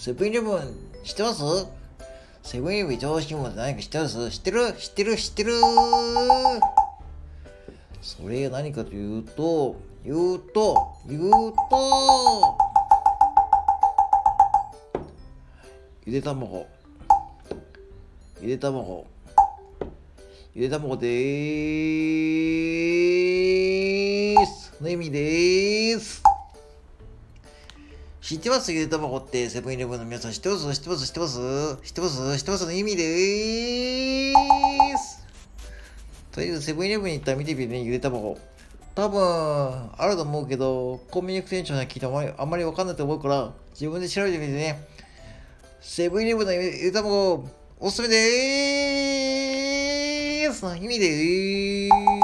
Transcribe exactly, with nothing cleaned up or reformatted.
セブンイレブン知ってます？セブンイレブン常識も何か知ってます？知ってる知ってる知ってる。それが何かというと、言うと、言うと、ゆで卵。ゆで卵。ゆで卵でーす。の意味でーす。知ってます？ゆで卵ってセブンイレブンの皆さん知ってます？知ってます知ってます知ってます知ってますの意味でーす。とりあえずセブンイレブンに行ったら見てみてね、ゆで卵。多分、あると思うけど、コンビニ店長に聞いてあまり、あんまりわかんないと思うから、自分で調べてみてね。セブンイレブンのゆで卵、おすすめでーすの意味でーす。